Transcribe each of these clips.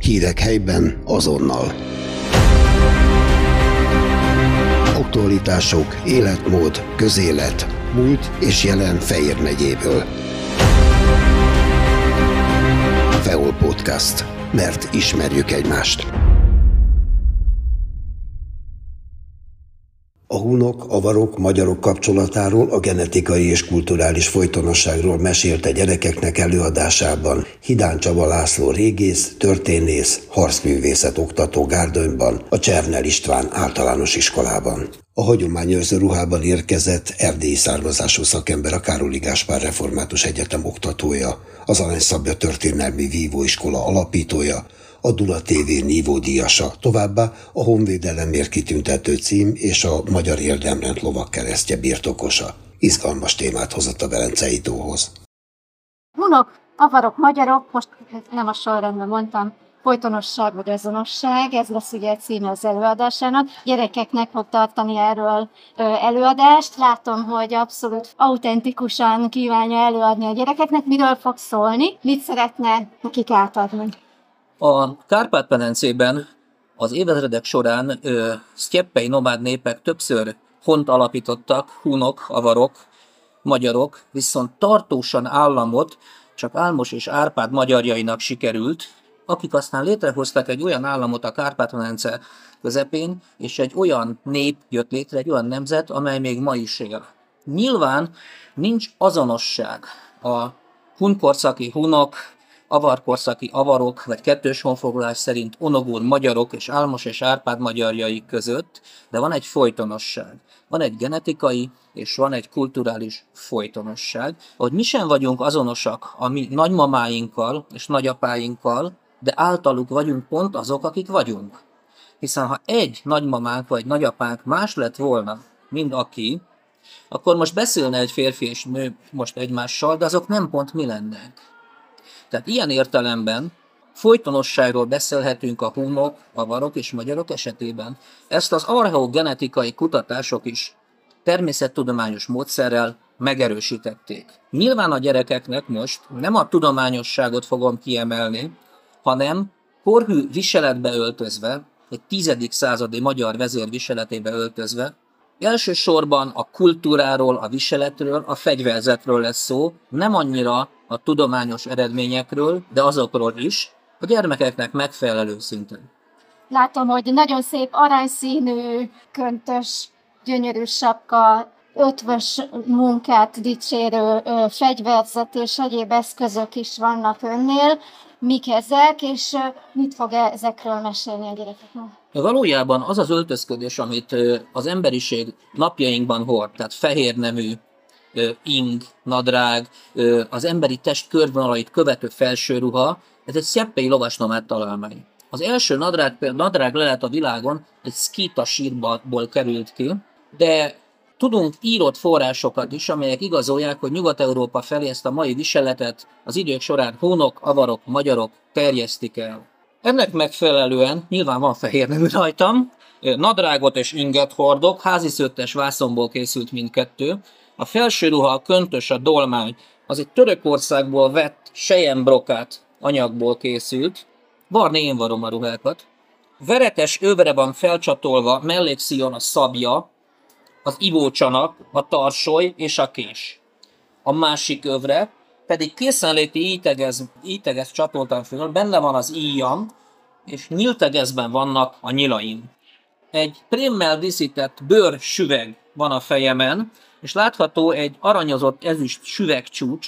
Hírek helyben azonnal. Aktualitások, életmód, közélet, múlt és jelen Fejér megyéből. FEOL Podcast, mert ismerjük egymást. A hunok, avarok, magyarok kapcsolatáról, a genetikai és kulturális folytonosságról mesélte gyerekeknek előadásában Hidán Csaba László régész, történész, harcművészet oktató Gárdonyban, a Csernel István általános iskolában. A hagyományőrző ruhában érkezett erdélyi származású szakember a Károli Gáspár Református Egyetem oktatója, az Arany Szabja Történelmi Vívóiskola alapítója, a Duna TV nívódíjasa, továbbá a honvédelemért kitüntető cím és a Magyar Érdemrend lovagkeresztje birtokosa. Izgalmas témát hozott a Velencei tóhoz. Hunok, avarok, magyarok, most nem a sorrendben mondtam, folytonosság vagy azonosság, ez lesz ugye címe az előadásának. Gyerekeknek fog tartani erről előadást. Látom, hogy abszolút autentikusan kívánja előadni a gyerekeknek. Miről fog szólni? Mit szeretne nekik átadni? A Kárpát-medencében az évezredek során sztyeppei nomád népek többször hont alapítottak, hunok, avarok, magyarok, viszont tartósan államot csak Álmos és Árpád magyarjainak sikerült, akik aztán létrehoztak egy olyan államot a Kárpát-medence közepén, és egy olyan nép jött létre, egy olyan nemzet, amely még ma is él. Nyilván nincs azonosság a hunkorszaki hunok, avarkorszaki avarok, vagy kettős honfoglalás szerint onogul magyarok és Álmos és Árpád magyarjai között, de van egy folytonosság. Van egy genetikai és van egy kulturális folytonosság, hogy mi sem vagyunk azonosak a mi nagymamáinkkal és nagyapáinkkal, de általuk vagyunk pont azok, akik vagyunk. Hiszen ha egy nagymamánk vagy nagyapánk más lett volna, mint aki, akkor most beszélne egy férfi és nő most egymással, de azok nem pont mi lennek. Tehát ilyen értelemben folytonosságról beszélhetünk a hunok, avarok és magyarok esetében. Ezt az archeogenetikai kutatások is természettudományos módszerrel megerősítették. Nyilván a gyerekeknek most nem a tudományosságot fogom kiemelni, hanem korhű viseletbe öltözve, egy 10. századi magyar vezér viseletébe öltözve, elsősorban a kultúráról, a viseletről, a fegyverzetről lesz szó, nem annyira a tudományos eredményekről, de azokról is, a gyermekeknek megfelelő szinten. Látom, hogy nagyon szép aranyszínű, köntös, gyönyörű sapka, ötvös munkát dicsérő fegyverzet és egyéb eszközök is vannak önnél. Mik ezek, és mit fog ezekről mesélni a gyerekeknek? Valójában az az öltözködés, amit az emberiség napjainkban hord, tehát fehér nemű, ing, nadrág, az emberi test körvonalait követő felsőruha, ez egy sztyeppei lovasnomád találmány. Az első nadrág lelet a világon egy szkíta sírból került ki, de tudunk írott forrásokat is, amelyek igazolják, hogy Nyugat-Európa felé ezt a mai viseletet az idők során hunok, avarok, magyarok terjesztik el. Ennek megfelelően nyilván van fehér nemű rajtam, nadrágot és inget hordok, háziszőttes vászonból készült mindkettő. A felső ruha, a köntös, a dolmány, az egy Törökországból vett selyembrokát anyagból készült. Barni én varom a ruhákat. Veretes övre van felcsatolva, mellékszíjon a szabja, az ivócsanak, a tarsoly és a kés. A másik övre pedig készenléti ítegez csatoltam föl, benne van az íjam, és nyíltegezben vannak a nyilaim. Egy prémmel díszített bőrsüveg van a fejemen, és látható egy aranyozott ezüst süvegcsúcs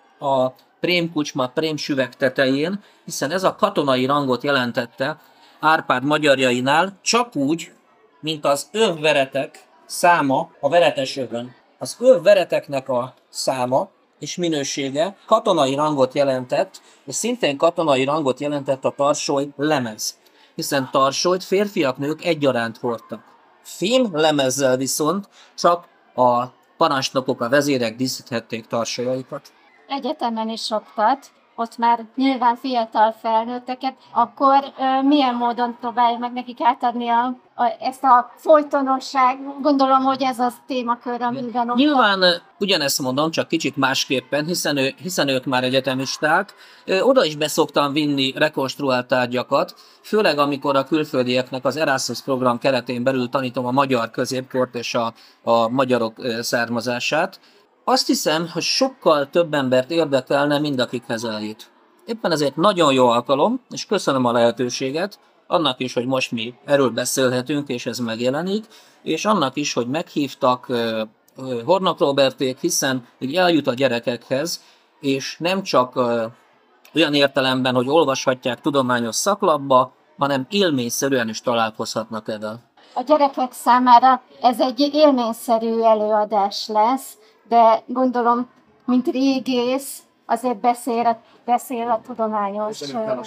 a prémkucsma prémsüveg tetején, hiszen ez a katonai rangot jelentette Árpád magyarjainál, csak úgy, mint az övveretek száma a veretes övön. Az övvereteknek a száma és minősége katonai rangot jelentett, és szintén katonai rangot jelentett a tarsoly lemez, hiszen tarsolyt férfiak, nők egyaránt hordtak. Fém lemezzel viszont csak a parancsnokok, a vezérek díszíthették tarsolyaikat. Egyetemen is oktat, ott már nyilván fiatal felnőtteket, akkor milyen módon próbálja meg nekik átadni ezt a folytonosság? Gondolom, hogy ez az témakör, amiben ott... Nyilván ugyanezt mondom, csak kicsit másképpen, hiszen ők már egyetemisták. Oda is beszoktam vinni rekonstruált tárgyakat, főleg amikor a külföldieknek az Erasmus program keretén belül tanítom a magyar középkort és a magyarok származását. Azt hiszem, hogy sokkal több embert érdekelne, mind akikhez eljut. Éppen ezért nagyon jó alkalom, és köszönöm a lehetőséget, annak is, hogy most mi erről beszélhetünk, és ez megjelenik, és annak is, hogy meghívtak Hornok Roberték, hiszen így eljut a gyerekekhez, és nem csak olyan értelemben, hogy olvashatják tudományos szaklapba, hanem élményszerűen is találkozhatnak ezzel. A gyerekek számára ez egy élményszerű előadás lesz, de gondolom, mint régész, azért beszél a tudományos dolgokról.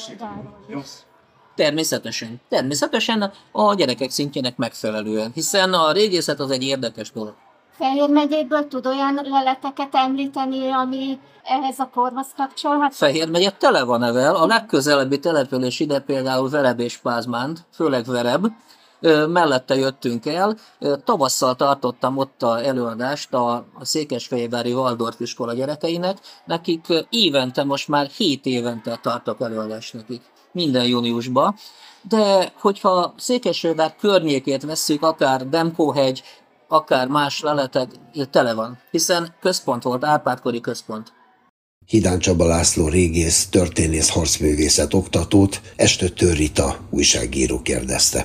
Természetesen a gyerekek szintjének megfelelően, hiszen a régészet az egy érdekes dolog. Fehér megyéből tud olyan leleteket említeni, ami ehhez a korhoz kapcsolhat? Fehér megye tele van evel, a legközelebbi település ide például Vereb és Pázmánd, főleg Vereb, mellette jöttünk el. Tavasszal tartottam ott az előadást a székesfehérvári Waldorf iskola gyerekeinek, nekik évente, most már 7 évente tartok előadást nekik, minden júniusban. De hogyha Székesfehérvár környékét vesszük, akár Demkóhegy, akár más leletek, tele van, hiszen központ volt, Árpád-kori központ. Hidán Csaba László régész, történész, harcművészet oktatót Estöttő Rita újságíró kérdezte.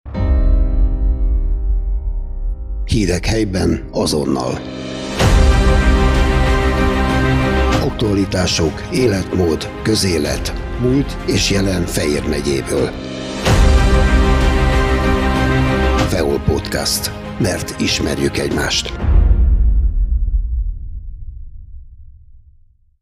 Hírek helyben azonnal. Aktualitások, életmód, közélet, múlt és jelen Fejér megyéből. FEOL Podcast, mert ismerjük egymást.